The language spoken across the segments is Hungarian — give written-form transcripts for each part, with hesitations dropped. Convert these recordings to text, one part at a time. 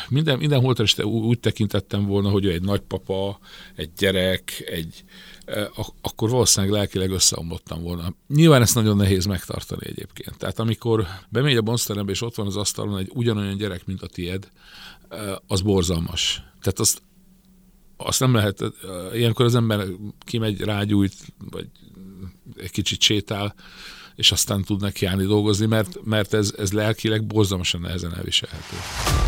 minden holttest úgy tekintettem volna, hogy ő egy nagypapa, egy gyerek, akkor valószínűleg lelkileg összeomlottam volna. Nyilván ezt nagyon nehéz megtartani egyébként. Tehát amikor bemegy a bonzterembe, és ott van az asztalon egy ugyanolyan gyerek, mint a tied, az borzalmas. Tehát azt nem lehet, ilyenkor az ember kimegy, rágyújt, vagy egy kicsit sétál, és aztán tud nekiállni dolgozni, mert ez lelkileg borzalmasan nehezen elviselhető.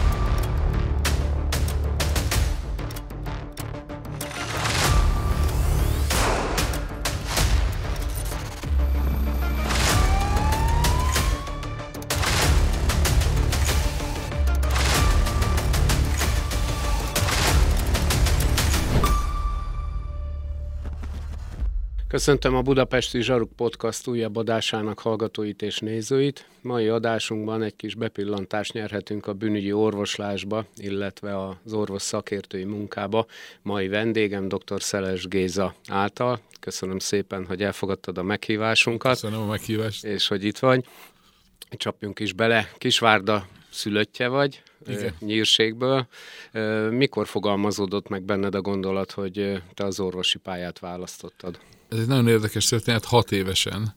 Köszöntöm a Budapesti Zsaruk Podcast újabb adásának hallgatóit és nézőit. Mai adásunkban egy kis bepillantást nyerhetünk a bűnügyi orvoslásba, illetve az orvos szakértői munkába. Mai vendégem dr. Szeles Géza által. Köszönöm szépen, hogy elfogadtad a meghívásunkat. Köszönöm a meghívást. És hogy itt vagy. Csapjunk is bele. Kisvárda szülöttje vagy, Nyírségből. Mikor fogalmazódott meg benned a gondolat, hogy te az orvosi pályát választottad? Ez egy nagyon érdekes történet, 6 évesen,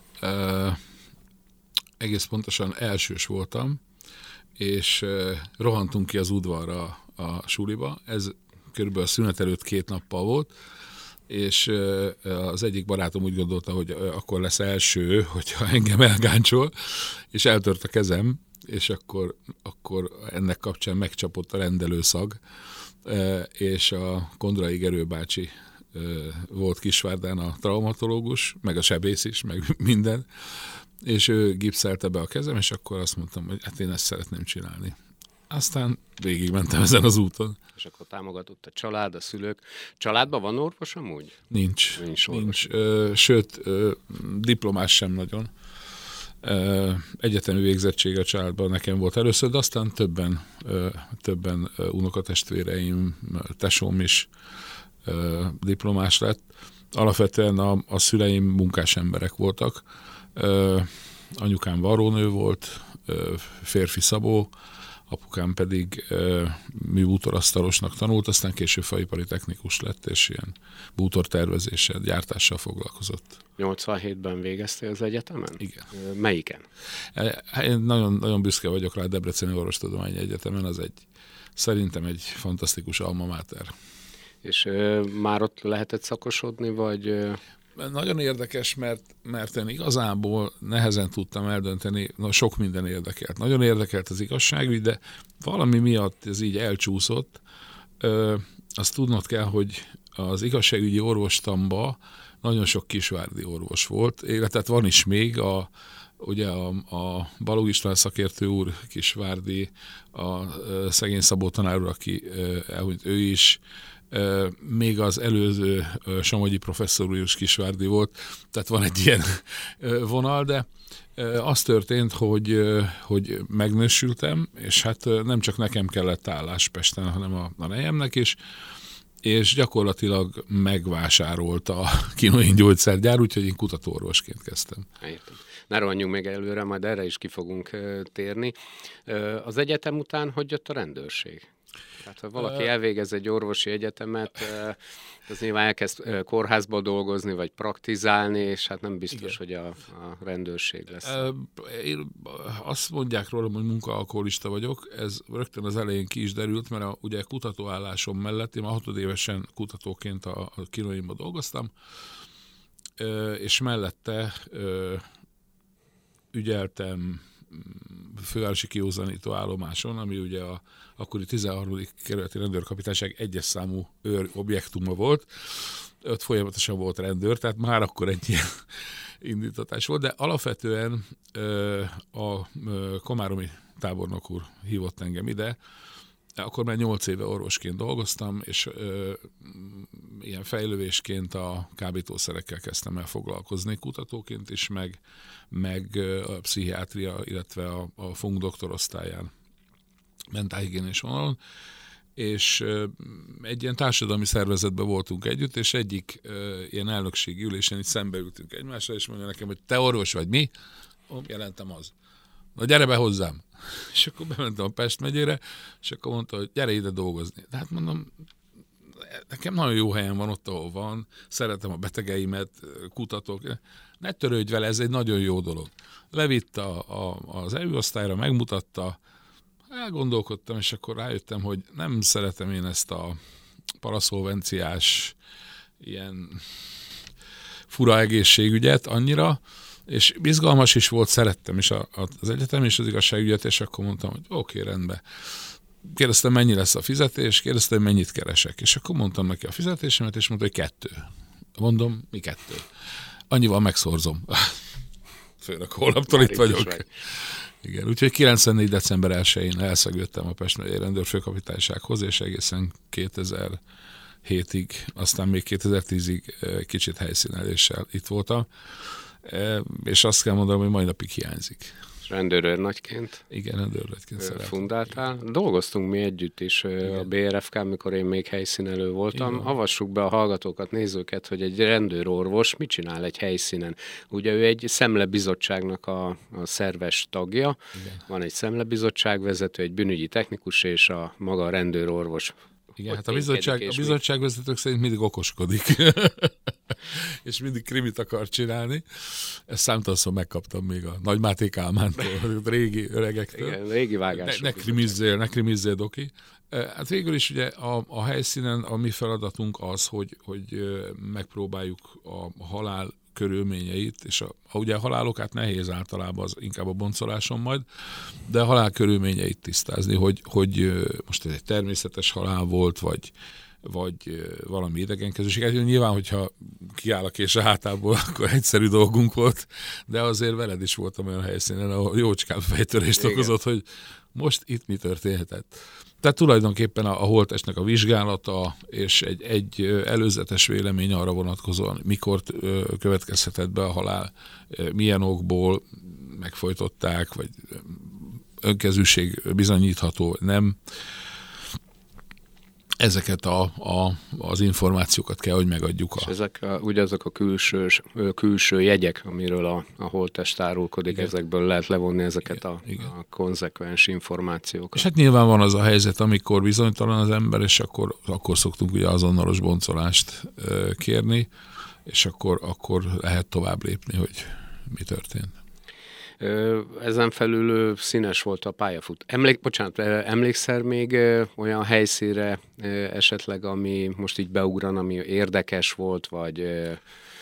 egész pontosan elsős voltam, és rohantunk ki az udvarra a suliba, ez körülbelül a szünet előtt 2 nappal volt, és az egyik barátom úgy gondolta, hogy akkor lesz első, hogyha engem elgáncsol, és eltört a kezem, és akkor ennek kapcsán megcsapott a rendelőszag, és a Kondrai Gerő bácsi volt Kisvárdán a traumatológus, meg a sebész is, meg minden, és ő gipszelte be a kezem, és akkor azt mondtam, hogy hát én ezt szeretném csinálni. Aztán végigmentem ezen az úton. És akkor támogatott a család, a szülők. Családban van orvos amúgy? Nincs. Sőt, diplomás sem nagyon. Egyetemi végzettség a családban nekem volt először, de aztán többen unokatestvéreim, tesóm is diplomás lett. Alapvetően a szüleim munkás emberek voltak. Anyukám varrónő volt, férfi szabó, apukám pedig műbútorasztalosnak tanult, aztán később faipari technikus lett, és ilyen bútortervezéssel, gyártással foglalkozott. 87-ben végeztél az egyetemen? Igen. Melyiken? Én nagyon, nagyon büszke vagyok rá, a Debreceni Orvostudományi Egyetemen, az szerintem egy fantasztikus alma mater. És már ott lehetett szakosodni, vagy... Nagyon érdekes, mert én igazából nehezen tudtam eldönteni, sok minden érdekelt. Nagyon érdekelt az igazságügy, de valami miatt ez így elcsúszott. Azt tudnod kell, hogy az igazságügyi orvostamba nagyon sok kisvárdi orvos volt, tehát van is még, ugye a Balogh István szakértő úr kisvárdi, a szegény Szabó tanár úr, aki elhunyt, ő is, még az előző Somogyi professzor úr is kisvárdi volt, tehát van egy ilyen vonal, de az történt, hogy megnősültem, és hát nem csak nekem kellett állás Pesten, hanem a nejemnek is, és gyakorlatilag megvásárolt a Kinoin gyógyszergyár, úgyhogy én kutatóorvosként kezdtem. Értem. Ne rohanjunk még előre, majd erre is ki fogunk térni. Az egyetem után hogy jött a rendőrség? Tehát ha valaki elvégez egy orvosi egyetemet, az nyilván elkezd kórházba dolgozni, vagy praktizálni, és hát nem biztos, igen, hogy a rendőrség lesz. Azt mondják rólam, hogy munkaalkoholista vagyok, ez rögtön az elején ki is derült, mert ugye kutatóállásom mellett, én 6 évesen kutatóként a Kinoinba dolgoztam, és mellette ügyeltem fővárosi kiózanító állomáson, ami ugye a akkori 13. kerületi rendőrkapitányság 1-es számú őrobjektuma volt. Ott folyamatosan volt rendőr, tehát már akkor egy ilyen indítatás volt, de alapvetően a komáromi tábornok úr hívott engem ide, akkor már 8 éve orvosként dolgoztam, és ilyen fejlővésként a kábítószerekkel kezdtem el foglalkozni, kutatóként is, meg a pszichiátria, illetve a FUNK doktorosztályán, mentálhigiénés vonalon, és egy ilyen társadalmi szervezetben voltunk együtt, és egyik ilyen elnökségi ülésen itt szembeültünk egymásra, és mondja nekem, hogy te orvos vagy, mi? Jelentem az. Na gyere be hozzám. És akkor bementem a Pest megyére, és akkor mondta, hogy gyere ide dolgozni. De hát mondom, nekem nagyon jó helyen van ott, ahol van, szeretem a betegeimet, kutatok. Ne törődj vele, ez egy nagyon jó dolog. Levitt az EU-osztályra, megmutatta, elgondolkodtam, és akkor rájöttem, hogy nem szeretem én ezt a paraszolvenciás ilyen fura egészségügyet annyira, és izgalmas is volt, szerettem is az egyetem és az igazságügyet, és akkor mondtam, hogy oké, rendben. Kérdeztem, mennyi lesz a fizetés, kérdeztem, mennyit keresek, és akkor mondtam neki a fizetésemet, és mondta, hogy 2. Mondom, mi 2? Annyival megszorzom. Főnök, holnaptól itt vagyok. Igen, úgyhogy 94. december 1-én elszegődtem a Pest megyei rendőrfőkapitánysághoz, és egészen 2007-ig, aztán még 2010-ig kicsit helyszíneléssel itt voltam, és azt kell mondanom, hogy mai napig hiányzik. Rendőrőrnagyként. Igen, rendőrnagyként fundáltál. Dolgoztunk mi együtt is a BRFK, mikor én még helyszínelő voltam. Igen. Avassuk be a hallgatókat, nézőket, hogy egy rendőrorvos mit csinál egy helyszínen. Ugye ő egy szemlebizottságnak a szerves tagja. Igen. Van egy szemlebizottságvezető, egy bűnügyi technikus és a maga a rendőrorvos. Igen, hát a bizottságvezetők szerint mindig okoskodik, és mindig krimit akar csinálni. Ezt számtalanszor megkaptam még a Nagy Máté Kálmántól, a régi öregektől. Igen, régi vágások. Ne krimizzél, doki. Hát végül is ugye a helyszínen a mi feladatunk az, hogy megpróbáljuk a halál körülményeit, és ugye a halálokát nehéz általában, az inkább a boncoláson majd, de a halál körülményeit tisztázni, hogy most ez egy természetes halál volt, vagy valami idegenkezőség. Hát nyilván, hogyha kiáll a kés a hátából, akkor egyszerű dolgunk volt, de azért veled is voltam olyan helyszínen, ahol jócskán fejtörést okozott, hogy most itt mi történhetett. Tehát tulajdonképpen a holttestnek a vizsgálata és egy előzetes vélemény arra vonatkozóan, mikor következhetett be a halál, milyen okból megfojtották, vagy önkezűség bizonyítható, nem. Ezeket az információkat kell, hogy megadjuk. És ezek ugye azok a külső jegyek, amiről a holttest árulkodik, igen. Ezekből lehet levonni ezeket igen. A konzekvens információkat. És hát nyilván van az a helyzet, amikor bizonytalan az ember, és akkor szoktunk ugye azonnalos boncolást kérni, és akkor lehet tovább lépni, hogy mi történt. Ezen felül színes volt a pályafut. Emlékszel még olyan helyszínre esetleg, ami most így beugran, ami érdekes volt, vagy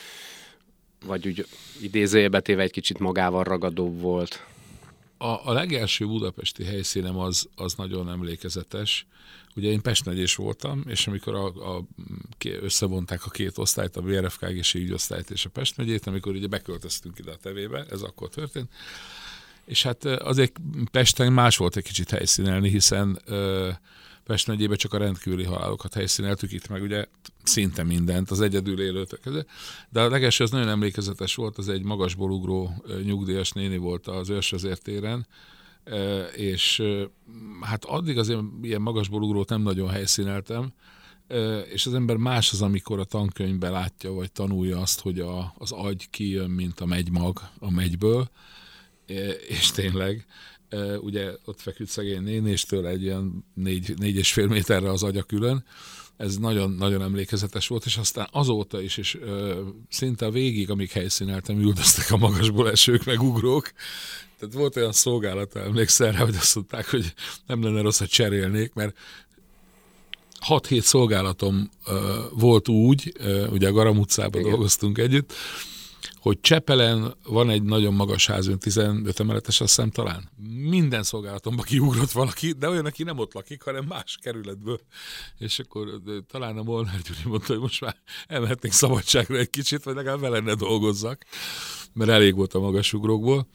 úgy idézőjebe téve egy kicsit magával ragadóbb volt? A legelső budapesti helyszínem az nagyon emlékezetes. Ugye én pestmegyés voltam, és amikor összevonták a két osztályt, a BRFK egészségügyi osztályt és a Pest megyét, amikor ugye beköltöztünk ide a tevébe, ez akkor történt. És hát azért Pesten más volt egy kicsit helyszínelni, hiszen Pest megyében csak a rendkívüli halálokat helyszíneltük, itt meg ugye szinte mindent, az egyedül élőtök. De a legelső az nagyon emlékezetes volt, az egy magasból ugró nyugdíjas néni volt az Őrsvezértéren, és hát addig azért ilyen magasból ugrót nem nagyon helyszíneltem, és az ember más az, amikor a tankönyvben látja, vagy tanulja azt, hogy az agy kijön, mint a megymag a megyből, és tényleg, ugye ott feküdt szegény néni, és tőle egy ilyen 4,5 méterre az agya külön. Ez nagyon, nagyon emlékezetes volt, és aztán azóta is, és szinte a végig, amíg helyszíneltem, üldöztek a magasból esők, meg ugrók. Tehát volt olyan szolgálata, emlékszel rá, hogy azt mondták, hogy nem lenne rossz, ha cserélnék, mert 6-7 szolgálatom volt úgy, ugye a Garam utcában dolgoztunk együtt, hogy Csepelen van egy nagyon magas házunk, 15 emeletes, azt hiszem talán. Minden szolgálatomban kiugrott valaki, de olyan, aki nem ott lakik, hanem más kerületből. És akkor talán a Molnár Gyuri mondta, hogy most már elmehetnénk szabadságra egy kicsit, vagy legalább vele ne dolgozzak, mert elég volt a magasugrókból.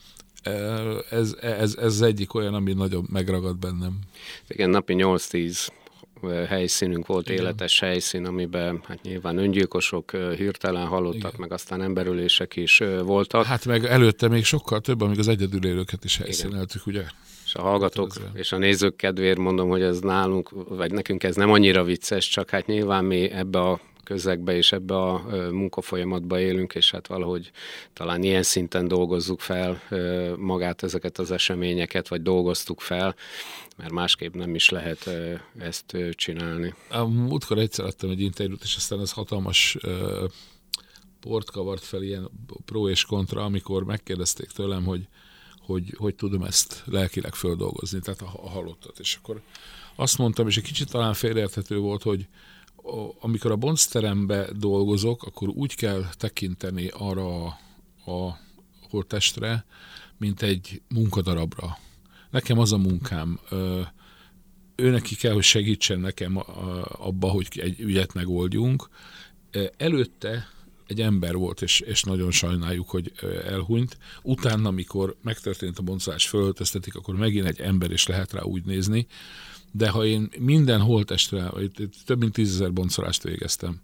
Ez egyik olyan, ami nagyon megragad bennem. Igen, napi 8-10 helyszínünk volt, igen. Életes helyszín, amiben hát nyilván öngyilkosok, hirtelen halottak, igen. Meg aztán emberölések is voltak. Hát meg előtte még sokkal több, amíg az egyedülélőket is helyszíneltük, ugye? És a hallgatók és a nézők kedvéért mondom, hogy ez nálunk, vagy nekünk ez nem annyira vicces, csak hát nyilván mi ebbe a közegbe és ebbe a munkafolyamatba élünk, és hát valahogy talán ilyen szinten dolgozzuk fel magát ezeket az eseményeket, vagy dolgoztuk fel, mert másképp nem is lehet ezt csinálni. A múltkor egyszer adtam egy interjút, és aztán ez hatalmas port kavart fel, ilyen pro és kontra, amikor megkérdezték tőlem, hogy tudom ezt lelkileg földolgozni, tehát a halottat. És akkor azt mondtam, és egy kicsit talán félreérthető volt, hogy amikor a boncterembe dolgozok, akkor úgy kell tekinteni arra a holttestre, mint egy munkadarabra. Nekem az a munkám. Ő neki kell, hogy segítsen nekem abba, hogy egy ügyet megoldjunk. Előtte egy ember volt, és nagyon sajnáljuk, hogy elhunyt. Utána, amikor megtörtént a boncolás, fölöltöztetik, akkor megint egy ember, és lehet rá úgy nézni. De ha én minden holttestre, több mint 10 000 boncolást végeztem,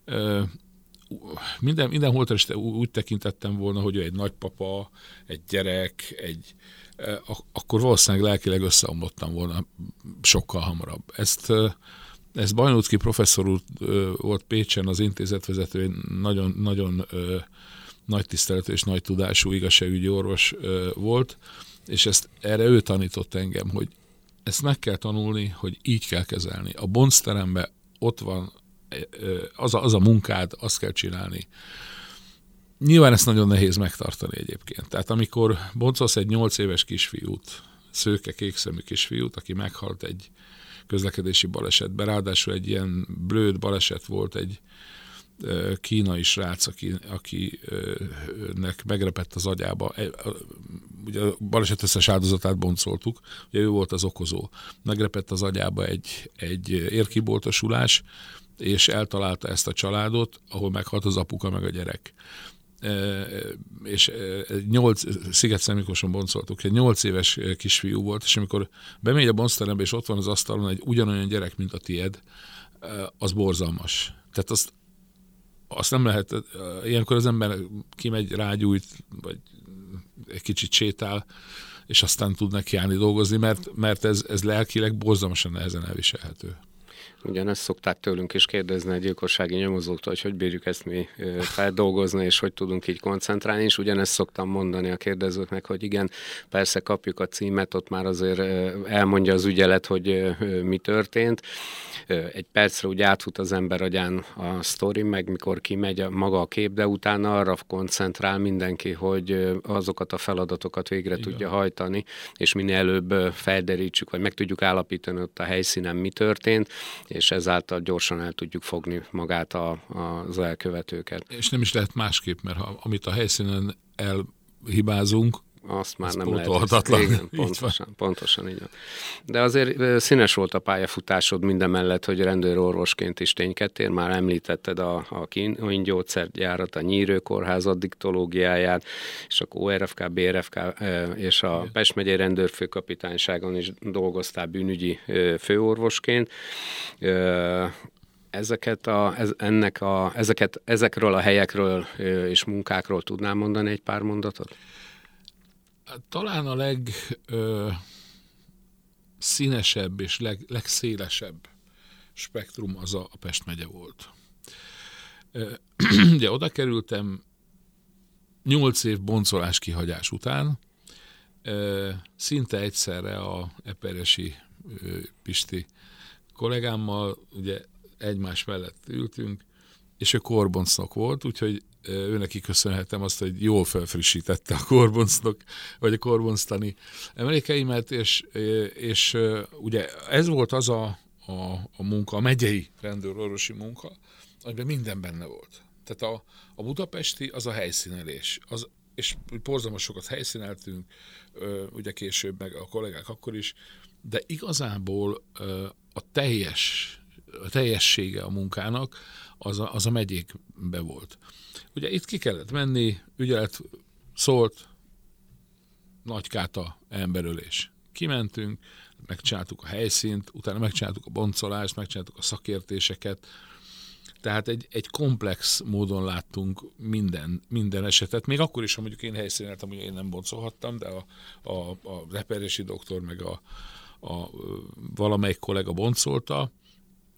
minden holttestre úgy tekintettem volna, hogy egy nagypapa, egy gyerek, akkor valószínűleg lelkileg összeomlottam volna sokkal hamarabb. Ezt Bajnóczky professzor úr volt Pécsen, az intézetvezető, nagyon, nagyon nagy tiszteletű és nagy tudású igazságügyi orvos volt, és erre ő tanított engem, hogy ezt meg kell tanulni, hogy így kell kezelni. A boncteremben ott van az a munkád, azt kell csinálni. Nyilván ezt nagyon nehéz megtartani egyébként. Tehát amikor boncolsz egy 8 éves kisfiút, szőke, kékszemű kisfiút, aki meghalt egy közlekedési balesetben, ráadásul egy ilyen blőd baleset volt, egy kínai srác, akinek megrepett az agyába. Ugye a baleset összes áldozatát boncoltuk, ugye ő volt az okozó. Megrepett az agyába egy érkiboltosulás, és eltalálta ezt a családot, ahol meghalt az apuka meg a gyerek. És 8 Sziget-Szentmiklóson boncoltuk, egy 8 éves kisfiú volt, és amikor bemegy a boncterembe, és ott van az asztalon egy ugyanolyan gyerek, mint a tied, az borzalmas. Tehát azt nem lehet, ilyenkor az ember kimegy, rágyújt, vagy egy kicsit sétál, és aztán tud nekiállni dolgozni, mert ez lelkileg borzalmasan nehezen elviselhető. Ugyanezt szokták tőlünk is kérdezni a gyilkossági nyomozóktól, hogy bírjuk ezt mi feldolgozni, és hogy tudunk így koncentrálni, és ugyanezt szoktam mondani a kérdezőknek, hogy igen, persze kapjuk a címet, ott már azért elmondja az ügyelet, hogy mi történt. Egy percre úgy átfut az ember agyán a sztori, meg mikor kimegy maga a kép, de utána arra koncentrál mindenki, hogy azokat a feladatokat végre igen. tudja hajtani, és minél előbb felderítsük, vagy meg tudjuk állapítani ott a helyszínen mi történt, és ezáltal gyorsan el tudjuk fogni magát az elkövetőket. És nem is lehet másképp, mert amit a helyszínen elhibázunk, azt már nem pótolhatatlan. lehet. Igen, pontosan így van. De azért színes volt a pályafutásod mindemellett, hogy rendőrorvosként is ténykedtél. Már említetted a kíngyógyszergyárat, a Nyírő Kórház addiktológiáját, és akkor ORFK, BRFK és a Pest megyei rendőrfőkapitányságon is dolgoztál bűnügyi főorvosként. Ezekről a helyekről és munkákról tudnál mondani egy pár mondatot? Talán a legszínesebb és legszélesebb spektrum az a Pest megye volt. Ugye oda kerültem 8 év boncolás kihagyás után, szinte egyszerre a eperesi Pisti kollégámmal, ugye egymás mellett ültünk, és ő korboncnok volt, úgyhogy őneki köszönhetem azt, hogy jól felfrissítette a korboncnok, vagy a korbonctani emlékeimet, és ugye ez volt az a munka, a megyei rendőrorvosi munka, amiben minden benne volt. Tehát a budapesti az a helyszínelés, és borzalmas sokat helyszíneltünk, ugye később, meg a kollégák akkor is, de igazából a teljessége a munkának az a megyékbe volt. Ugye itt ki kellett menni, ügyelet szólt, Nagykáta emberölés. Kimentünk, megcsináltuk a helyszínt, utána megcsináltuk a boncolást, megcsináltuk a szakértéseket. Tehát egy komplex módon láttunk minden esetet. Még akkor is, ha mondjuk én helyszíneltem, hogy én nem boncolhattam, de a reperési doktor meg a valamelyik kollega boncolta.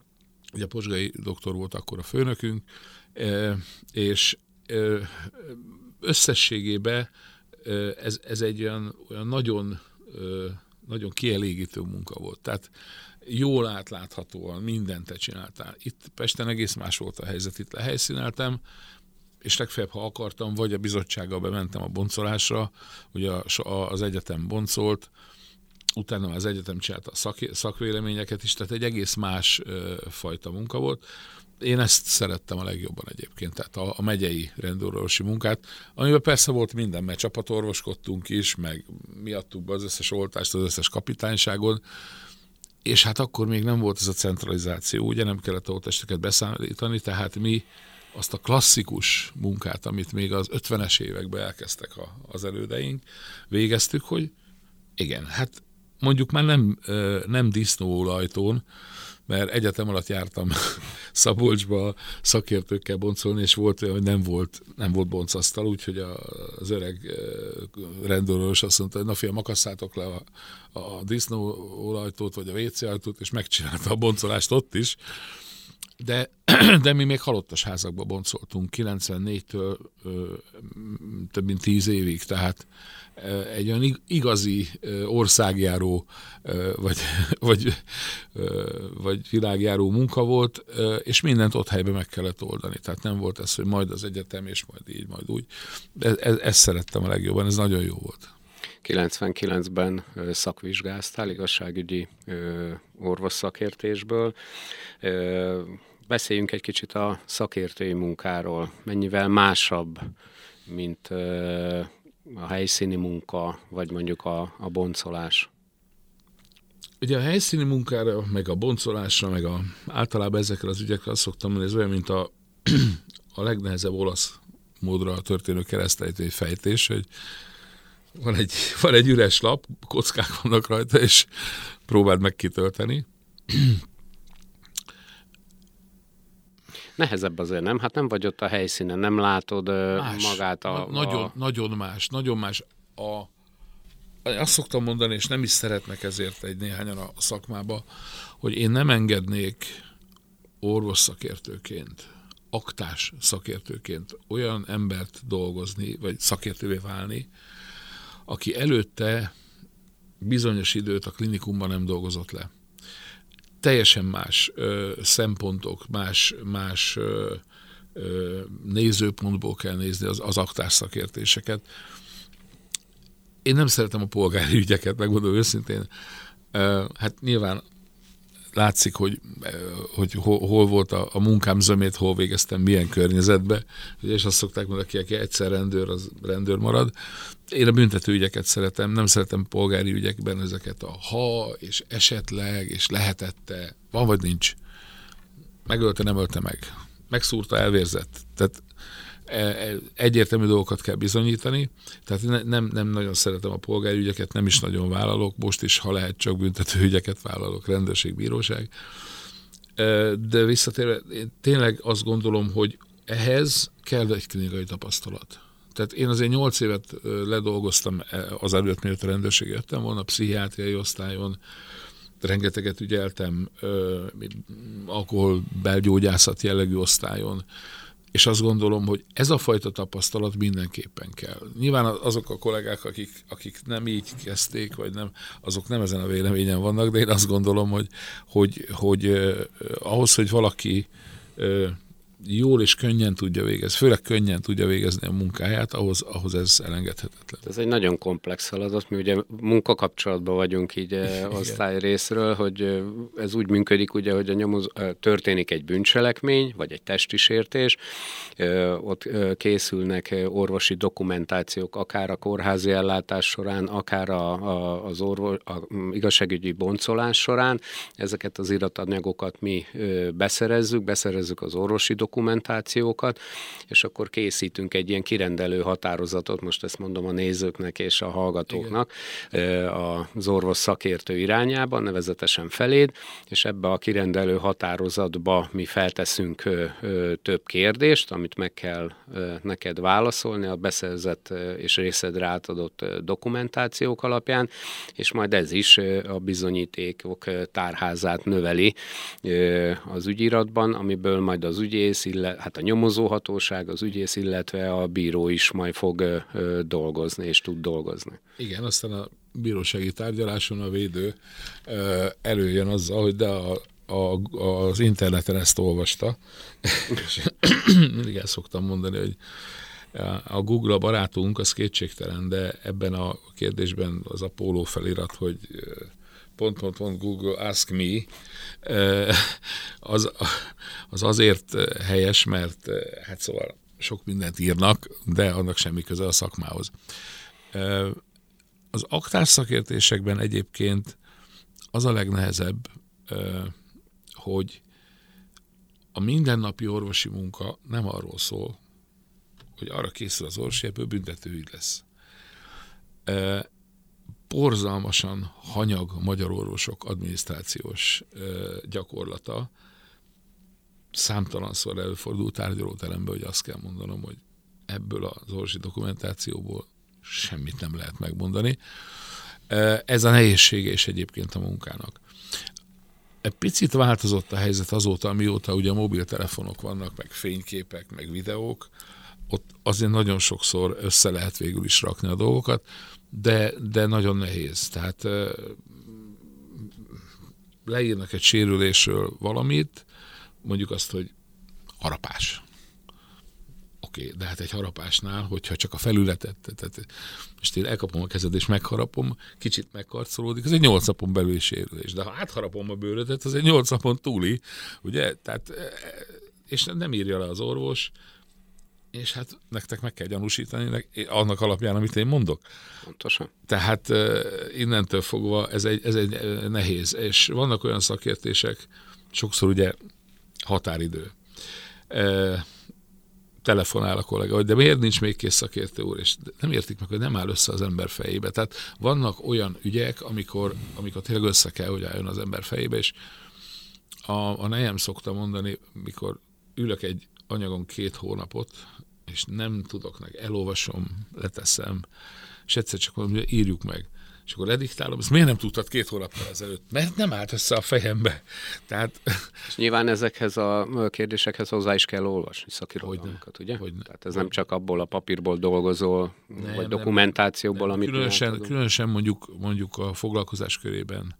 ugye Pozsgai doktor volt akkor a főnökünk, és összességében ez egy olyan nagyon, nagyon kielégítő munka volt. Tehát jól átláthatóan mindent te csináltál. Itt Pesten egész más volt a helyzet, itt lehelyszíneltem, és legfeljebb, ha akartam, vagy a bizottsággal bementem a boncolásra, ugye az egyetem boncolt, utána az egyetem csinálta a szakvéleményeket is, tehát egy egész más fajta munka volt. Én ezt szerettem a legjobban egyébként, tehát a megyei rendőrorvosi munkát, amiben persze volt minden, mert csapatorvoskodtunk is, meg mi adtuk be az összes oltást, az összes kapitányságon, és hát akkor még nem volt ez a centralizáció, ugye nem kellett a holttesteket beszállítani, tehát mi azt a klasszikus munkát, amit még az 50-es években elkezdtek az elődeink, végeztük, hogy igen, hát mondjuk már nem disznóolajtón, mert egyetem alatt jártam Szabolcsba szakértőkkel boncolni, és volt olyan, hogy nem volt boncasztal, úgyhogy az öreg rendőrös azt mondta, hogy na fiam, akasszátok le a disznóolajtót, vagy a WC ajtót, és megcsinálta a boncolást ott is. De mi még halottas házakba boncoltunk 94-től több mint 10 évig, tehát egy olyan igazi országjáró vagy világjáró munka volt, és mindent ott helyben meg kellett oldani. Tehát nem volt ez, hogy majd az egyetem, és majd így, majd úgy. Ezt szerettem a legjobban, ez nagyon jó volt. 99-ben szakvizsgáztál igazságügyi orvos szakértésből. Beszéljünk egy kicsit a szakértői munkáról. Mennyivel másabb, mint a helyszíni munka, vagy mondjuk a boncolás? Ugye a helyszíni munkára, meg a boncolásra, meg általában ezekre az ügyekre azt szoktam mondani, ez olyan, mint a legnehezebb olasz módra történő keresztejtői fejtés, hogy van egy üres lap, kockák vannak rajta, és próbáld meg kitölteni. Nehezebb azért, nem? Hát nem vagy ott a helyszínen, nem látod magát Nagyon más. Azt szoktam mondani, és nem is szeretnek ezért néhányan a szakmába, hogy én nem engednék orvos szakértőként, aktás szakértőként olyan embert dolgozni, vagy szakértővé válni, aki előtte bizonyos időt a klinikumban nem dolgozott le. Teljesen más szempontok, más nézőpontból kell nézni az aktás szakértéseket. Én nem szeretem a polgári ügyeket, megmondom őszintén. Hát nyilván látszik, hogy hol volt a munkám zömét, hol végeztem, milyen környezetbe. És azt szokták mondani, aki egyszer rendőr, az rendőr marad. Én a büntető ügyeket szeretem, nem szeretem polgári ügyekben ezeket a ha, és esetleg, és lehetette, van vagy nincs. Megölte, nem ölte meg. Megszúrta, elvérzett. Tehát egyértelmű dolgokat kell bizonyítani, tehát nem nagyon szeretem a polgári ügyeket, nem is nagyon vállalok, most is, ha lehet, csak büntető ügyeket vállalok, rendőrség, bíróság. De visszatérve, én tényleg azt gondolom, hogy ehhez kell egy klinikai tapasztalat. Tehát én azért 8 évet ledolgoztam az előtt, mielőtt a rendőrségre jöttem volna, pszichiátriai osztályon, rengeteget ügyeltem, alkoholbelgyógyászat jellegű osztályon, és azt gondolom, hogy ez a fajta tapasztalat mindenképpen kell. Nyilván azok a kollégák, akik nem így kezdték, vagy nem, azok nem ezen a véleményen vannak, de én azt gondolom, hogy ahhoz, hogy valaki jól és könnyen tudja végezni, főleg könnyen tudja végezni a munkáját, ahhoz ez elengedhetetlen. Ez egy nagyon komplex feladat, mi ugye munkakapcsolatban vagyunk így osztály részről, hogy ez úgy működik, ugye, hogy történik egy bűncselekmény, vagy egy testi sértés, ott készülnek orvosi dokumentációk, akár a kórházi ellátás során, akár az igazságügyi boncolás során. Ezeket az iratanyagokat mi beszerezzük az orvosi dokumentációt, dokumentációkat, és akkor készítünk egy ilyen kirendelő határozatot, most ezt mondom a nézőknek és a hallgatóknak, az orvos szakértő irányában, nevezetesen feléd, és ebbe a kirendelő határozatba mi felteszünk több kérdést, amit meg kell neked válaszolni a beszerzett és részedre átadott dokumentációk alapján, és majd ez is a bizonyítékok tárházát növeli az ügyiratban, amiből majd az ügyész, hát a nyomozóhatóság, az ügyész, illetve a bíró is majd fog dolgozni, és tud dolgozni. Igen, aztán a bírósági tárgyaláson a védő előjön azzal, hogy de az interneten ezt olvasta, és mindig el szoktam mondani, hogy a Google a barátunk, az kétségtelen, de ebben a kérdésben az a póló felirat, hogy ... Google Ask Me, az azért helyes, mert hát szóval sok mindent írnak, de annak semmi köze a szakmához. Az aktás szakértésekben egyébként az a legnehezebb, hogy a mindennapi orvosi munka nem arról szól, hogy arra készül az orvos, hogy ebből büntetőügy lesz. Borzalmasan hanyag a magyar orvosok adminisztrációs gyakorlata. Számtalanszor előfordult tárgyalóteremben, hogy azt kell mondanom, hogy ebből az orvosi dokumentációból semmit nem lehet megmondani. Ez a nehézsége is egyébként a munkának. Egy picit változott a helyzet azóta, amióta ugye mobiltelefonok vannak, meg fényképek, meg videók, ott azért nagyon sokszor össze lehet végül is rakni a dolgokat, de nagyon nehéz. Tehát leírnak egy sérülésről valamit, mondjuk azt, hogy harapás. Oké, de hát egy harapásnál, hogyha csak a felületet, tehát most én elkapom a kezed és megharapom, kicsit megkarcolódik, ez egy 8 napon belüli sérülés. De ha átharapom a bőrödet, az egy 8 napon túli, ugye? Tehát, és nem írja le az orvos, és hát nektek meg kell gyanúsítani annak alapján, amit én mondok. Pontosan. Tehát innentől fogva ez egy nehéz. És vannak olyan szakértések, sokszor ugye határidő. Telefonál a kollega, hogy de miért nincs még kész szakértő úr? És nem értik meg, hogy nem áll össze az ember fejébe. Tehát vannak olyan ügyek, amikor tényleg össze kell, hogy álljon az ember fejébe, és a nejem szokta mondani, mikor ülök egy anyagon 2 hónapot, és nem tudok, elolvasom, leteszem, és egyszer csak mondom, hogy írjuk meg. És akkor lediktálom, ezt miért nem tudtad 2 hónappal ezelőtt? Mert nem állt össze a fejembe. Tehát... És nyilván ezekhez a kérdésekhez hozzá is kell olvasni szakirodalmakat, ugye? Hogyne. Tehát ez nem csak abból a papírból dolgozol, vagy dokumentációból, nem. amit Különösen mondjuk a foglalkozás körében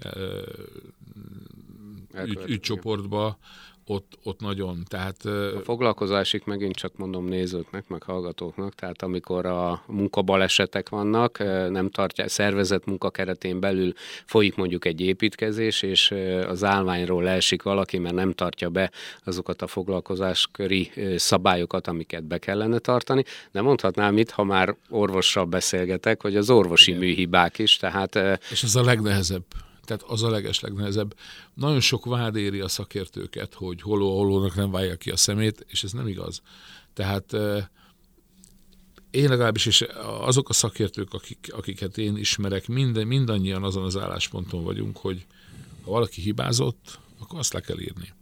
ügycsoportba, ott nagyon, tehát... A foglalkozásig megint csak mondom nézőknek, meg hallgatóknak, tehát amikor a munkabalesetek vannak, nem tartják, szervezett munka keretén belül folyik mondjuk egy építkezés, és az állványról leesik valaki, mert nem tartja be azokat a foglalkozásköri szabályokat, amiket be kellene tartani, de mondhatnám itt, ha már orvossal beszélgetek, hogy az orvosi műhibák is, tehát... És ez a legnehezebb. Tehát az a legnehezebb. Nagyon sok vád éri a szakértőket, hogy holónak nem válja ki a szemét, és ez nem igaz. Tehát én legalábbis, és azok a szakértők, akiket én ismerek, mindannyian azon az állásponton vagyunk, hogy ha valaki hibázott, akkor azt le kell írni.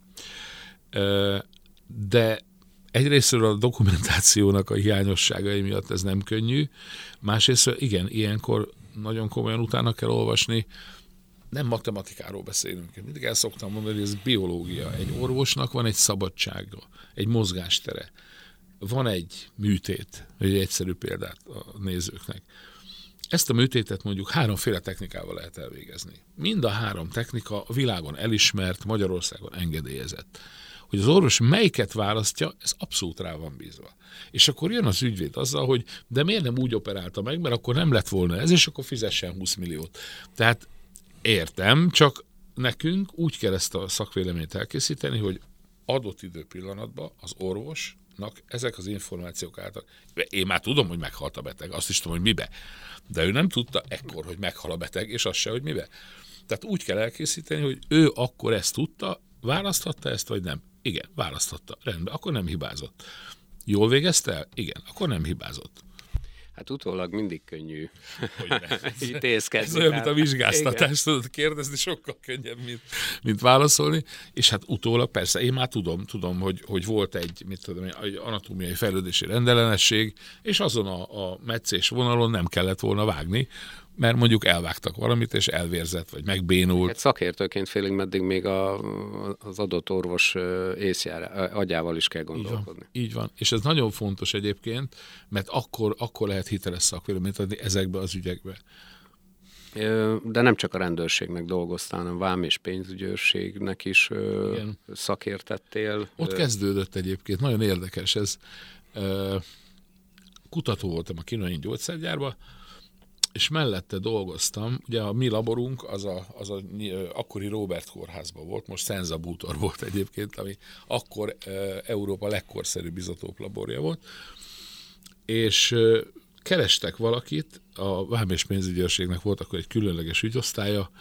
De egyrésztről a dokumentációnak a hiányosságai miatt ez nem könnyű, másrésztről igen, ilyenkor nagyon komolyan utána kell olvasni. Nem matematikáról beszélünk. Mindig el szoktam mondani, hogy ez biológia. Egy orvosnak van egy szabadsága, egy mozgástere. Van egy műtét, egy egyszerű példát a nézőknek. Ezt a műtétet mondjuk 3 technikával lehet elvégezni. Mind a 3 technika a világon elismert, Magyarországon engedélyezett. Hogy az orvos melyiket választja, ez abszolút rá van bízva. És akkor jön az ügyvéd azzal, hogy de miért nem úgy operálta meg, mert akkor nem lett volna ez, és akkor fizessen 20 milliót. Tehát értem, csak nekünk úgy kell ezt a szakvéleményt elkészíteni, hogy adott időpillanatban az orvosnak ezek az információk álltak. Én már tudom, hogy meghalt a beteg, azt is tudom, hogy mibe. De ő nem tudta ekkor, hogy meghal a beteg, és azt se, hogy mibe. Tehát úgy kell elkészíteni, hogy ő akkor ezt tudta, választhatta ezt, vagy nem. Igen, választhatta. Rendben, akkor nem hibázott. Jól végezte el? Igen, akkor nem hibázott. Hát utólag mindig könnyű ítézkedni. Ez olyan, mint a vizsgáztatás, tudod, kérdezni sokkal könnyebb, mint válaszolni, és hát utólag persze, én már tudom, hogy volt egy anatómiai fejlődési rendellenesség, és azon a meccés vonalon nem kellett volna vágni, mert mondjuk elvágtak valamit, és elvérzett, vagy megbénult. Hát szakértőként félig meddig még az adott orvos agyával is kell gondolkodni. Így van. És ez nagyon fontos egyébként, mert akkor lehet hiteles szakvéleményt adni ezekbe az ügyekbe. De nem csak a rendőrségnek dolgoztál, hanem vám- és pénzügyőrségnek is szakértettél. Ott kezdődött egyébként, nagyon érdekes ez. Kutató voltam a kínai gyógyszergyárban, és mellette dolgoztam, ugye a mi laborunk az akkori Robert kórházban volt, most Senza Bútor volt egyébként, ami akkor Európa legkorszerűbb izotóp laborja volt, és kerestek valakit, a vám- és pénzügyőrségnek volt akkor egy különleges ügyosztálya,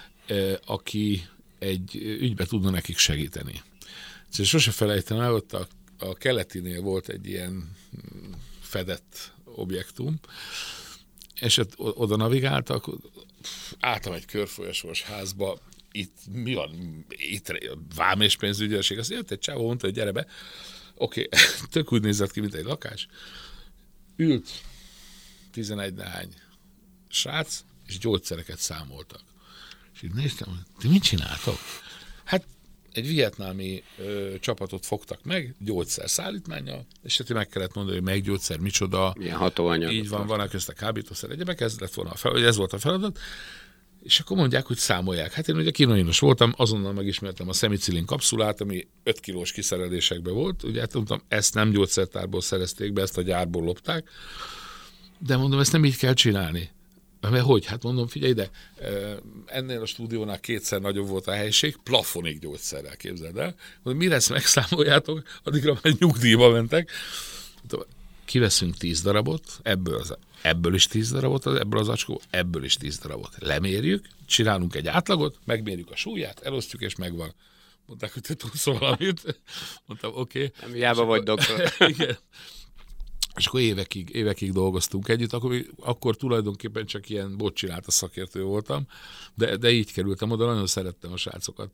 aki egy ügybe tudna nekik segíteni. És sose felejtem el, ott a keletinél volt egy ilyen fedett objektum, és oda navigáltak, álltam egy körfolyasós házba, itt mi van? Itt vám- és pénzügyőrség. Azt jött egy csávó, mondta, hogy gyere be. Oké, tök úgy nézett ki, mint egy lakás. Ült 11 nehány srác, és gyógyszereket számoltak. És így néztem, hogy ti mit csináltok? Hát egy vietnámi csapatot fogtak meg, gyógyszerszállítmánnyal, és hát meg kellett mondani, hogy melyik gyógyszer, micsoda. Milyen hatóanyag. Így van közte kábítószer, egyebek, ez volt a feladat. És akkor mondják, hogy számolják. Hát én ugye kinainos voltam, azonnal megismertem a szemicillin kapszulát, ami 5 kilós kiszerelésekben volt. Ugye hát mondtam, ezt nem gyógyszertárból szerezték be, ezt a gyárból lopták. De mondom, ezt nem így kell csinálni. Mert hogy? Hát mondom, figyelj ide, ennél a stúdiónál 2-szer nagyobb volt a helység, plafonig gyógyszerrel, képzeld el. Mondom, mire ezt megszámoljátok, addigra már nyugdíjba mentek. Kiveszünk 10 darabot, ebből is 10 darabot, ebből az acskó, ebből is 10 darabot. Lemérjük, csinálunk egy átlagot, megmérjük a súlyát, elosztjuk, és megvan. Mondták, hogy te tudsz valamit. Mondtam, oké. Nem hiába vagy doktor. Igen. És akkor évekig dolgoztunk együtt, akkor tulajdonképpen csak ilyen botcsinálta szakértő voltam, de így kerültem oda, nagyon szerettem a srácokat.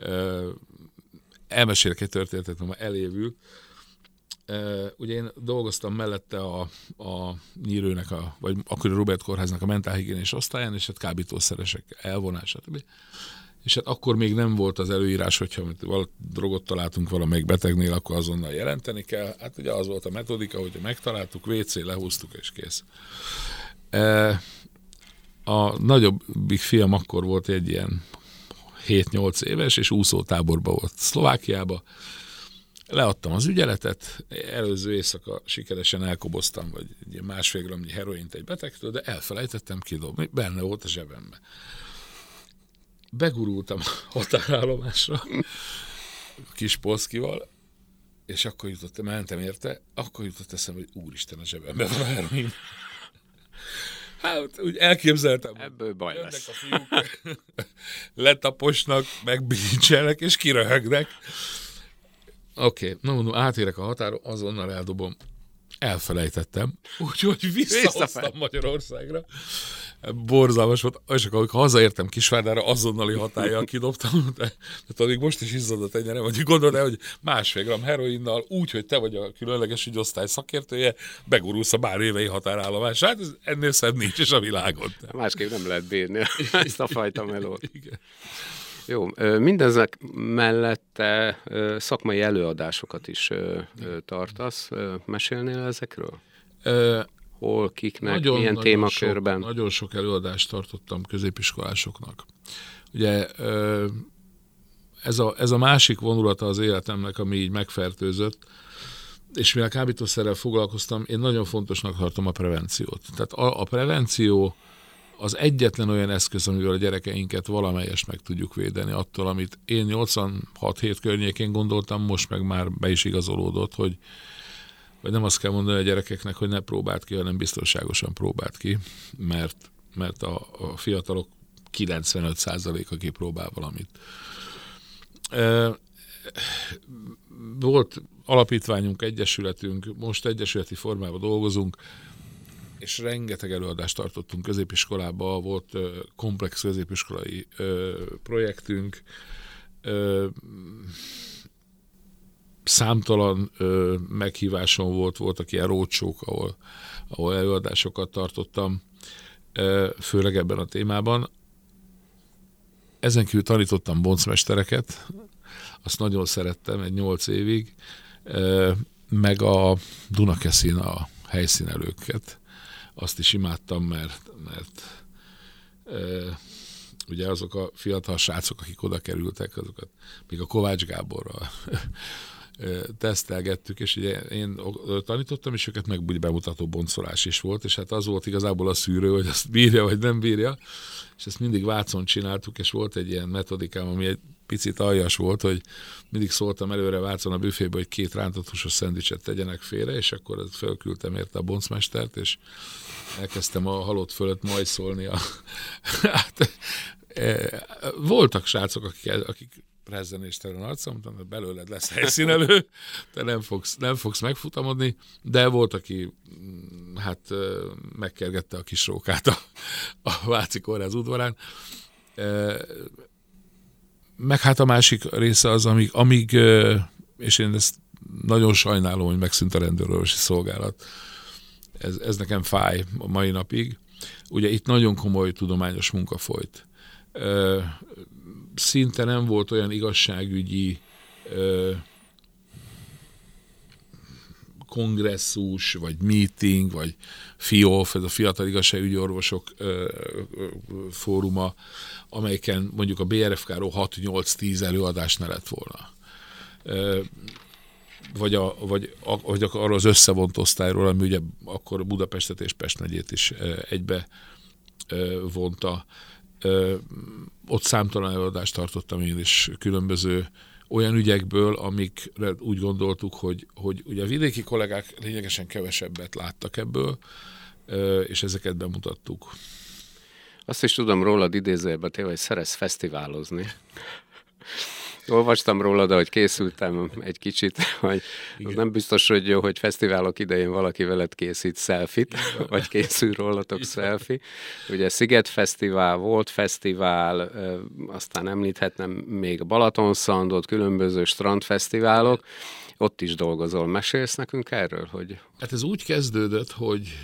Elmesélek egy történetet, mert elévül. Ugye én dolgoztam mellette a Nyírőnek, vagy akkor a Robert kórháznak a mentálhigiénés osztályán, és hát kábítószeresek elvonás, stb. És hát akkor még nem volt az előírás, hogyha drogot találtunk valamelyik betegnél, akkor azonnal jelenteni kell. Hát ugye az volt a metodika, hogy megtaláltuk, WC, lehúztuk, és kész. A nagyobbik fiam akkor volt egy ilyen 7-8 éves, és úszótáborban volt Szlovákiába. Leadtam az ügyeletet, előző éjszaka sikeresen elkoboztam, vagy egy 1,5 grammnyi heroint egy betegtől, de elfelejtettem kidobni, benne volt a zsebembe. Begurultam a határállomásra kis polszkival, és akkor mentem érte, akkor jutott eszembe, hogy úristen, a zsebembe van a heroin. Hát úgy elképzeltem. Ebből baj lesz. A fiúk, letaposnak, megbilincselnek, és kiröhögnek. Oké, mondom, átérek a határon, azonnal eldobom. Elfelejtettem, úgyhogy visszahoztam Magyarországra. Borzalmas volt, és akkor hazaértem Kisvárdára, azonnali hatállyal kidobtam, de addig most is izzad a tenyerem, hogy gondolod el, hogy 1,5 gramm heroinnal, úgy, hogy te vagy a különleges ügyosztály szakértője, begurulsz a bárrévei határállomás. Hát ennél szebb nincs is a világon. Másképp nem lehet bírni ezt a fajta melót. Igen. Jó, mindezek mellette szakmai előadásokat is tartasz. Mesélnél ezekről? Hol, kiknek, milyen témakörben? Nagyon sok előadást tartottam középiskolásoknak. Ugye ez a másik vonulata az életemnek, ami így megfertőzött, és mivel kábítószerrel foglalkoztam, én nagyon fontosnak tartom a prevenciót. Tehát a prevenció az egyetlen olyan eszköz, amivel a gyerekeinket valamelyest meg tudjuk védeni attól, amit én 86-7 környékén gondoltam, most meg már be is igazolódott, hogy nem azt kell mondani a gyerekeknek, hogy ne próbáld ki, hanem biztonságosan próbáld ki, mert a fiatalok 95%-a kipróbál valamit. volt alapítványunk, egyesületünk, most egyesületi formában dolgozunk, és rengeteg előadást tartottunk középiskolában, volt komplex középiskolai projektünk, számtalan meghíváson voltak ilyen roadshow-k, ahol előadásokat tartottam, főleg ebben a témában. Ezen kívül tanítottam boncmestereket, azt nagyon szerettem egy 8 évig, meg a Dunakeszin a helyszínelőket. Azt is imádtam, mert ugye azok a fiatal srácok, akik oda kerültek, azokat még a Kovács Gáborral tesztelgettük, és ugye én tanítottam, és őket meg bemutató boncolás is volt, és hát az volt igazából a szűrő, hogy azt bírja, vagy nem bírja, és ezt mindig Vácon csináltuk, és volt egy ilyen metodikám, ami egy picit aljas volt, hogy mindig szóltam előre Vácon a büfébe, hogy 2 rántott húsos szendvicset tegyenek félre, és akkor fölküldtem érte a boncmestert, és elkezdtem a halott fölött majszolni. Hát, voltak srácok, akik rezzenéstelen arcom, mondtam, hogy belőled lesz helyszínelő, te nem fogsz megfutamodni, de volt, aki hát megkergette a kis rókát a Váci Kórház udvarán. Meg hát a másik része az, amíg és én ezt nagyon sajnálom, hogy megszűnt a rendőrorvosi szolgálat. Ez nekem fáj a mai napig. Ugye itt nagyon komoly tudományos munka folyt. Szinte nem volt olyan igazságügyi kongresszus, vagy meeting, vagy FIOF, ez a Fiatal Igazságügyi Orvosok fóruma, amelyiken mondjuk a BRFK-ról 6-8-10 előadás ne lett volna. Vagy arról az összevont osztályról, ami ugye akkor Budapestet és Pest megyét is egybe vonta. Ott számtalan előadást tartottam én is különböző olyan ügyekből, amikre úgy gondoltuk, hogy ugye a vidéki kollégák lényegesen kevesebbet láttak ebből, és ezeket bemutattuk. Azt is tudom rólad idézőjelben téve, hogy szeretsz fesztiválozni. Olvastam rólad, ahogy készültem egy kicsit, hogy az nem biztos, hogy jó, hogy fesztiválok idején valaki veled készít selfit, vagy készül rólatok selfie. Ugye Sziget Fesztivál, volt fesztivál, aztán említhetnem még a Balatonszandot, különböző strandfesztiválok. Ott is dolgozol. Mesélsz nekünk erről? Hogy... Hát ez úgy kezdődött, hogy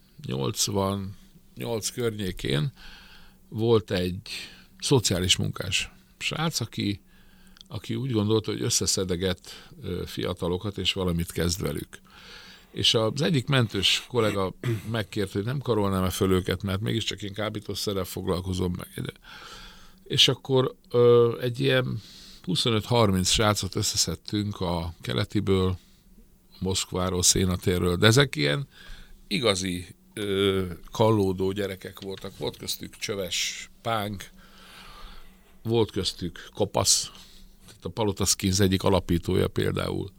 88 környékén volt egy szociális munkás srác, aki úgy gondolta, hogy összeszedeget fiatalokat, és valamit kezd velük. És az egyik mentős kollega megkért, hogy nem karolnám-e föl őket, mert mégiscsak én kábítószerrel foglalkozom meg. És akkor egy ilyen 25-30 srácot összeszedtünk a Keletiből, Moszkváról, Szénatérről, de ezek ilyen igazi kallódó gyerekek voltak. Volt köztük Csöves Pánk, volt köztük Kopasz, a Palota Skins egyik alapítója például.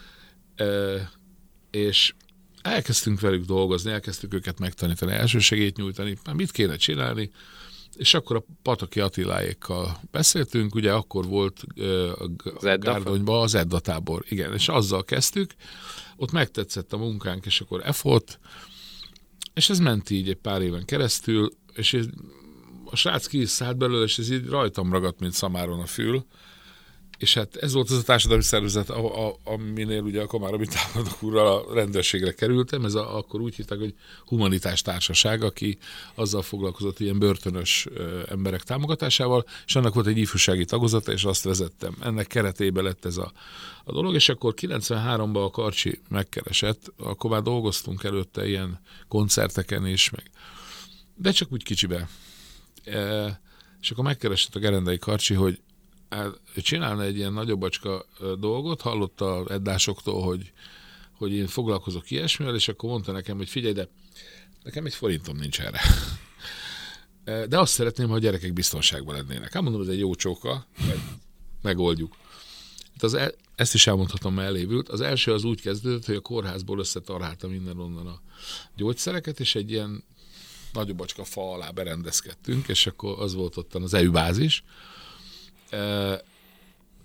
És elkezdtünk velük dolgozni, elkezdtük őket megtanítani, elsősegélyt nyújtani, már mit kéne csinálni, és akkor a Pataki Attiláékkal beszéltünk, ugye akkor volt a Gárdonyban az Edda tábor, igen, és azzal kezdtük, ott megtetszett a munkánk, és akkor EFOT, és ez ment így egy pár éven keresztül, és a srác ki is szállt belőle, és ez így rajtam ragadt, mint szamáron a fül, és hát ez volt az a társadalmi szervezet, aminél ugye a Komáromi támadók úrral a rendőrségre kerültem, akkor úgy hitták, hogy humanitás társaság, aki azzal foglalkozott ilyen börtönös emberek támogatásával, és annak volt egy ifjúsági tagozata, és azt vezettem. Ennek keretében lett ez a dolog, és akkor 93-ban a Karcsi megkeresett, akkor már dolgoztunk előtte ilyen koncerteken is, de csak úgy kicsibe. És akkor megkeresett a Gerendai Karcsi, hogy csinálna egy ilyen nagyobbacska dolgot, hallotta a eddásoktól, hogy én foglalkozok ilyesmivel, és akkor mondta nekem, hogy figyelj, de nekem egy forintom nincs erre. De azt szeretném, ha a gyerekek biztonságban lennének. Hát mondom, ez egy jó csóka, megoldjuk. Ezt is elmondhatom, mert elévült. Az első az úgy kezdődött, hogy a kórházból összetaráltam innen-onnan a gyógyszereket, és egy ilyen nagyobbacska fa alá berendezkedtünk, és akkor az volt ottan az EU bázis.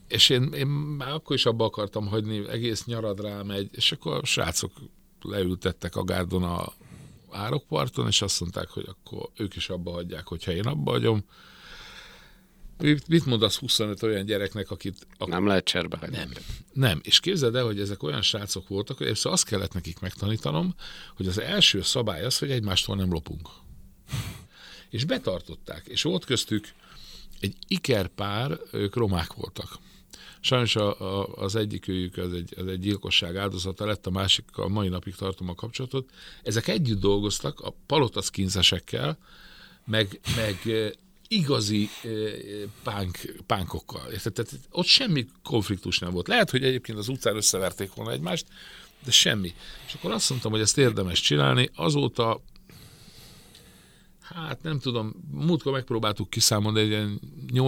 És én már akkor is abba akartam hagyni, egész nyarad rám és akkor a srácok leültettek a gárdon a árokparton, és azt mondták, hogy akkor ők is abba hagyják, hogyha én abba hagyom. Mit mondasz 25 olyan gyereknek, akit... Nem lehet cserbe hagyni. Nem. És képzeld el, hogy ezek olyan srácok voltak, hogy először azt kellett nekik megtanítanom, hogy az első szabály az, hogy egymástól nem lopunk. És betartották. És volt köztük egy ikerpár, ők romák voltak. Sajnos az egyikőjük az egy gyilkosság áldozata lett, a másikkal mai napig tartom a kapcsolatot. Ezek együtt dolgoztak a palotaszkínzesekkel, meg igazi pánkokkal. Tehát ott semmi konfliktus nem volt. Lehet, hogy egyébként az utcán összeverték volna egymást, de semmi. És akkor azt mondtam, hogy ezt érdemes csinálni. Azóta, hát nem tudom, múltkor megpróbáltuk kiszámolni, egy ilyen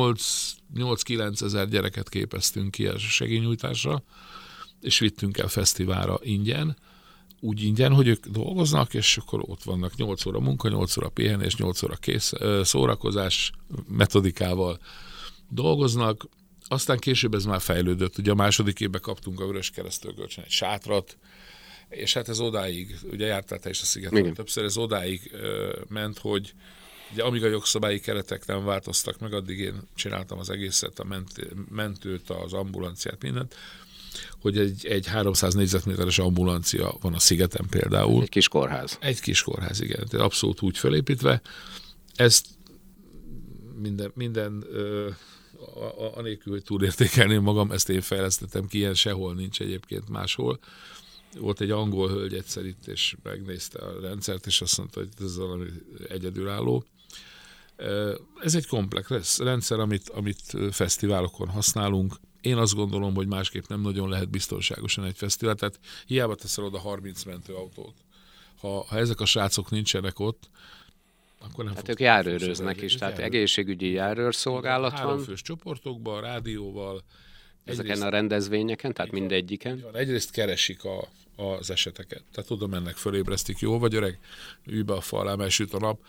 8-9 ezer gyereket képeztünk ki a segélynyújtásra, és vittünk el fesztiválra ingyen, úgy ingyen, hogy ők dolgoznak, és akkor ott vannak 8 óra munka, 8 óra pihenés, 8 óra szórakozás metodikával dolgoznak. Aztán később ez már fejlődött. Ugye a második évben kaptunk a Vöröskereszttől kölcsön egy sátrat, és hát ez odáig, ugye jártál te is a szigeten többször, ez odáig ment, hogy ugye amíg a jogszabályi keretek nem változtak meg, addig én csináltam az egészet, a mentőt, az ambulanciát, mindent, hogy egy 300 négyzetméteres ambulancia van a szigeten például. Egy kis kórház. Egy kis kórház, igen. Tehát abszolút úgy felépítve. Ezt minden anélkül, hogy túlértékelném magam, ezt én fejlesztettem ki, ilyen sehol nincs egyébként máshol. Volt egy angol hölgy egyszer itt, és megnézte a rendszert, és azt mondta, hogy ez valami egyedülálló. Ez egy komplex rendszer, amit fesztiválokon használunk. Én azt gondolom, hogy másképp nem nagyon lehet biztonságosan egy fesztivál, tehát hiába teszel oda 30 mentőautót. Ha ezek a srácok nincsenek ott, akkor nem. Hát ők járőröznek is, tehát egészségügyi járőrszolgálat van. 3 fős csoportokban, rádióval. Ezeken a rendezvényeken, tehát mindegyiken. Egyrészt keresik az eseteket. Tehát oda mennek, fölébresztik, jól vagy öreg, ülj be a fa alá, mert süt a nap.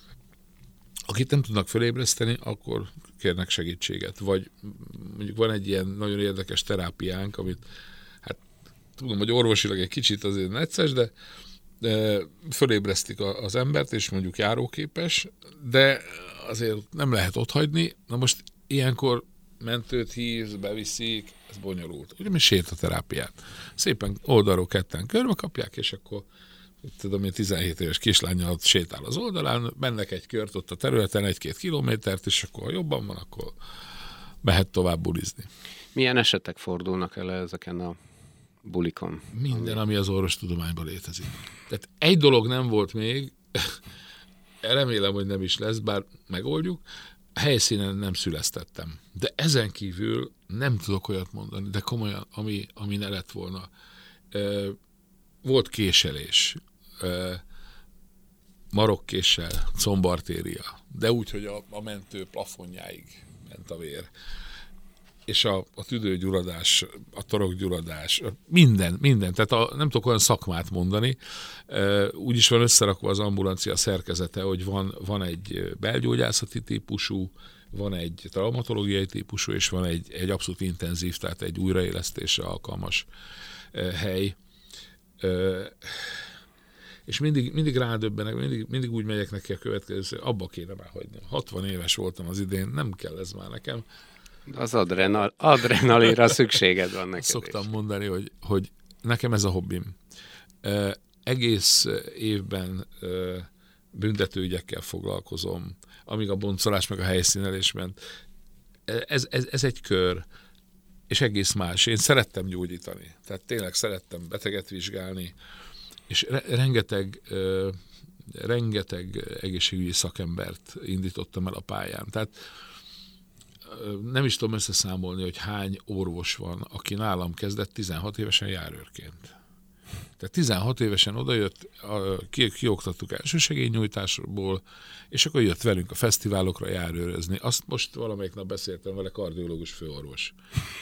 Akit nem tudnak fölébreszteni, akkor kérnek segítséget. Vagy mondjuk van egy ilyen nagyon érdekes terápiánk, amit hát tudom, hogy orvosilag egy kicsit azért necces, de fölébresztik az embert, és mondjuk járóképes, de azért nem lehet otthagyni. Na most ilyenkor mentőt hívsz, beviszik, ez bonyolult. Ugye mi sétaterápiát. Szépen oldalról ketten körbe kapják, és akkor tudom, hogy 17 éves kislánnyal sétál az oldalán, mennek egy kört ott a területen, 1-2 kilométert, és akkor ha jobban van, akkor mehet tovább bulizni. Milyen esetek fordulnak el ezeken a bulikon? Minden, ami az orvostudományban létezik. Tehát egy dolog nem volt még, remélem, hogy nem is lesz, bár megoldjuk, helyszínen nem szüleztettem. De ezen kívül nem tudok olyat mondani, de komolyan, ami ne lett volna. Volt késelés, marokkéssel, combartéria, de úgy, hogy a mentő plafonjáig ment a vér. És a tüdőgyulladás, a torokgyulladás, minden. Tehát nem tudok olyan szakmát mondani. Úgy is van összerakva az ambulancia szerkezete, hogy van egy belgyógyászati típusú, van egy traumatológiai típusú, és van egy abszolút intenzív, tehát egy újraélesztésre alkalmas hely. És mindig rádöbbenek, mindig úgy megyek neki a következő, abba kéne már hagyni. 60 éves voltam az idén, nem kell ez már nekem. Az adrenalinra szükséged van neked. Szoktam mondani, hogy nekem ez a hobbim. Egész évben büntetőügyekkel foglalkozom, amíg a boncolás meg a helyszínelés ment. Ez egy kör, és egész más. Én szerettem gyógyítani, tehát tényleg szerettem beteget vizsgálni, és rengeteg egészségügyi szakembert indítottam el a pályán. Tehát nem is tudom összeszámolni, hogy hány orvos van, aki nálam kezdett 16 évesen járőrként. Tehát 16 évesen odajött, kioktattuk elsősegélynyújtásból, és akkor jött velünk a fesztiválokra járőrözni. Azt most valamelyik nap beszéltem vele, kardiológus főorvos.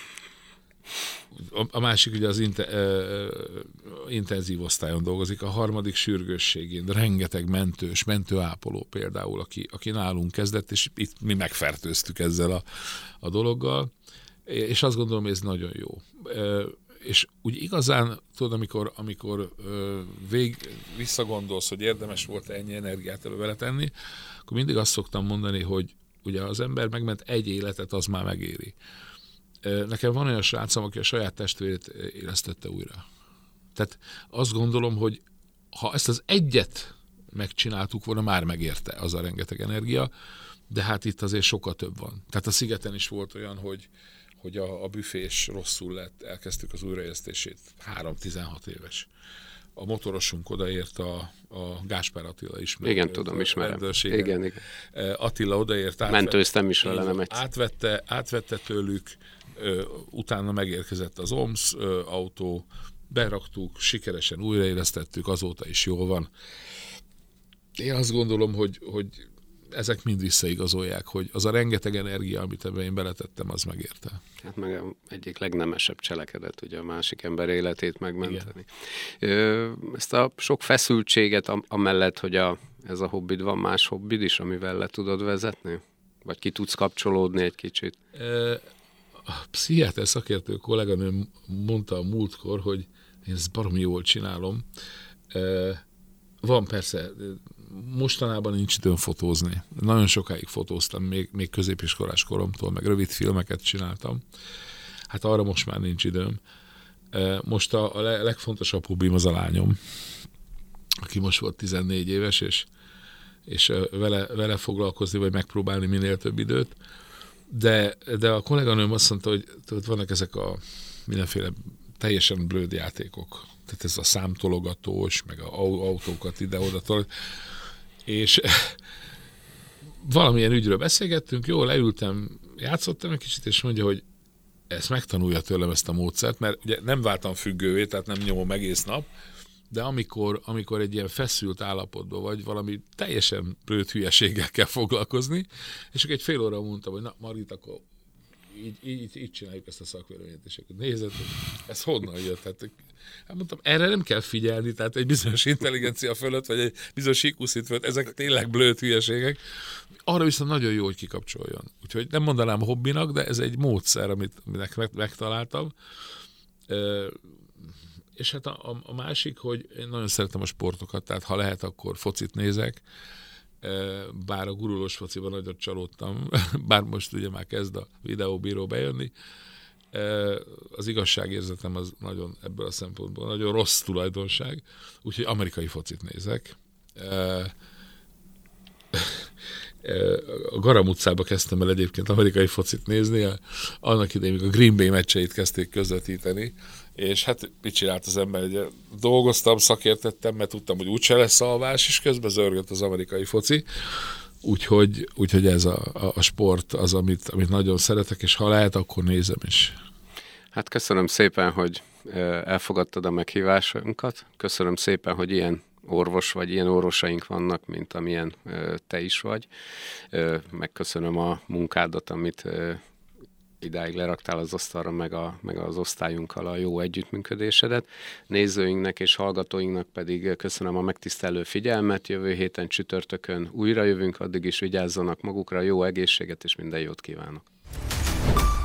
A másik ugye az intenzív osztályon dolgozik, a harmadik sürgősségén, rengeteg mentőápoló például, aki nálunk kezdett, és itt mi megfertőztük ezzel a dologgal. És azt gondolom, hogy ez nagyon jó. És úgy igazán, tudod, amikor visszagondolsz, hogy érdemes volt ennyi energiát vele tenni, akkor mindig azt szoktam mondani, hogy ugye az ember megment egy életet, az már megéri. Nekem van olyan srácom, aki a saját testvérét élesztette újra. Tehát azt gondolom, hogy ha ezt az egyet megcsináltuk volna, már megérte az a rengeteg energia, de hát itt azért sokkal több van. Tehát a szigeten is volt olyan, hogy a büfés rosszul lett, elkezdtük az újraélesztését, 3-16 éves. A motorosunk odaért, a Gáspár Attila is. Igen, tudom, ismerem. Igen. Attila odaért. Mentőztem is vele, nem egyszer. Átvette tőlük, utána megérkezett az OMS autó, beraktuk, sikeresen újraélesztettük, azóta is jól van. Én azt gondolom, hogy ezek mind visszaigazolják, hogy az a rengeteg energia, amit ebben én beletettem, az megérte. Hát meg egyik legnemesebb cselekedet, ugye a másik ember életét megmenteni. Ezt a sok feszültséget, amellett, hogy ez a hobbid, van más hobbid is, amivel le tudod vezetni? Vagy ki tudsz kapcsolódni egy kicsit? A pszichiáter szakértő kolléganőm mondta a múltkor, hogy én ezt baromi jól csinálom. Van persze, mostanában nincs időm fotózni. Nagyon sokáig fotóztam, még középiskolás koromtól, meg rövid filmeket csináltam. Hát arra most már nincs időm. Most a legfontosabb hobbim az a lányom, aki most volt 14 éves, és vele foglalkozni, vagy megpróbálni minél több időt. De a kolléganőm azt mondta, hogy vannak ezek a mindenféle teljesen blőd játékok. Tehát ez a számtologatós, meg a autókat ide-oda tol. És valamilyen ügyről beszélgettünk, jól leültem, játszottam egy kicsit, és mondja, hogy ezt megtanulja tőlem ezt a módszert, mert ugye nem váltam függővé, tehát nem nyomom egész nap, de amikor egy ilyen feszült állapotban vagy, valami teljesen blőd hülyeséggel kell foglalkozni, és csak egy fél óra mondtam, hogy na Margit, akkor így csináljuk ezt a szakvéleményt, és akkor nézed, hogy ez honnan jött. Hát mondtam, erre nem kell figyelni, tehát egy bizonyos intelligencia fölött, vagy egy bizonyos IQ szint fölött, ezek tényleg blőd hülyeségek. Arra viszont nagyon jó, hogy kikapcsoljon. Úgyhogy nem mondanám hobbinak, de ez egy módszer, aminek megtaláltam. És hát a másik, hogy én nagyon szeretem a sportokat, tehát ha lehet, akkor focit nézek, bár a gurulós fociban nagyon csalódtam, bár most ugye már kezd a videóbíró bejönni. Az igazságérzetem az nagyon ebből a szempontból nagyon rossz tulajdonság, úgyhogy amerikai focit nézek. A Garam utcába kezdtem el egyébként amerikai focit nézni, annak idején, amikor a Green Bay meccseit kezdték közvetíteni, és hát mit csinált az ember? Ugye, dolgoztam, szakértettem, mert tudtam, hogy úgyse lesz alvás, és közben zörgött az amerikai foci. Úgyhogy ez a sport az, amit nagyon szeretek, és ha lehet, akkor nézem is. Hát köszönöm szépen, hogy elfogadtad a meghívásunkat. Köszönöm szépen, hogy ilyen orvos vagy, ilyen orvosaink vannak, mint amilyen te is vagy. Megköszönöm a munkádat, amit idáig leraktál az asztalra, meg az osztályunkkal a jó együttműködésedet. Nézőinknek és hallgatóinknak pedig köszönöm a megtisztelő figyelmet. Jövő héten csütörtökön újra jövünk, addig is vigyázzanak magukra, jó egészséget és minden jót kívánok.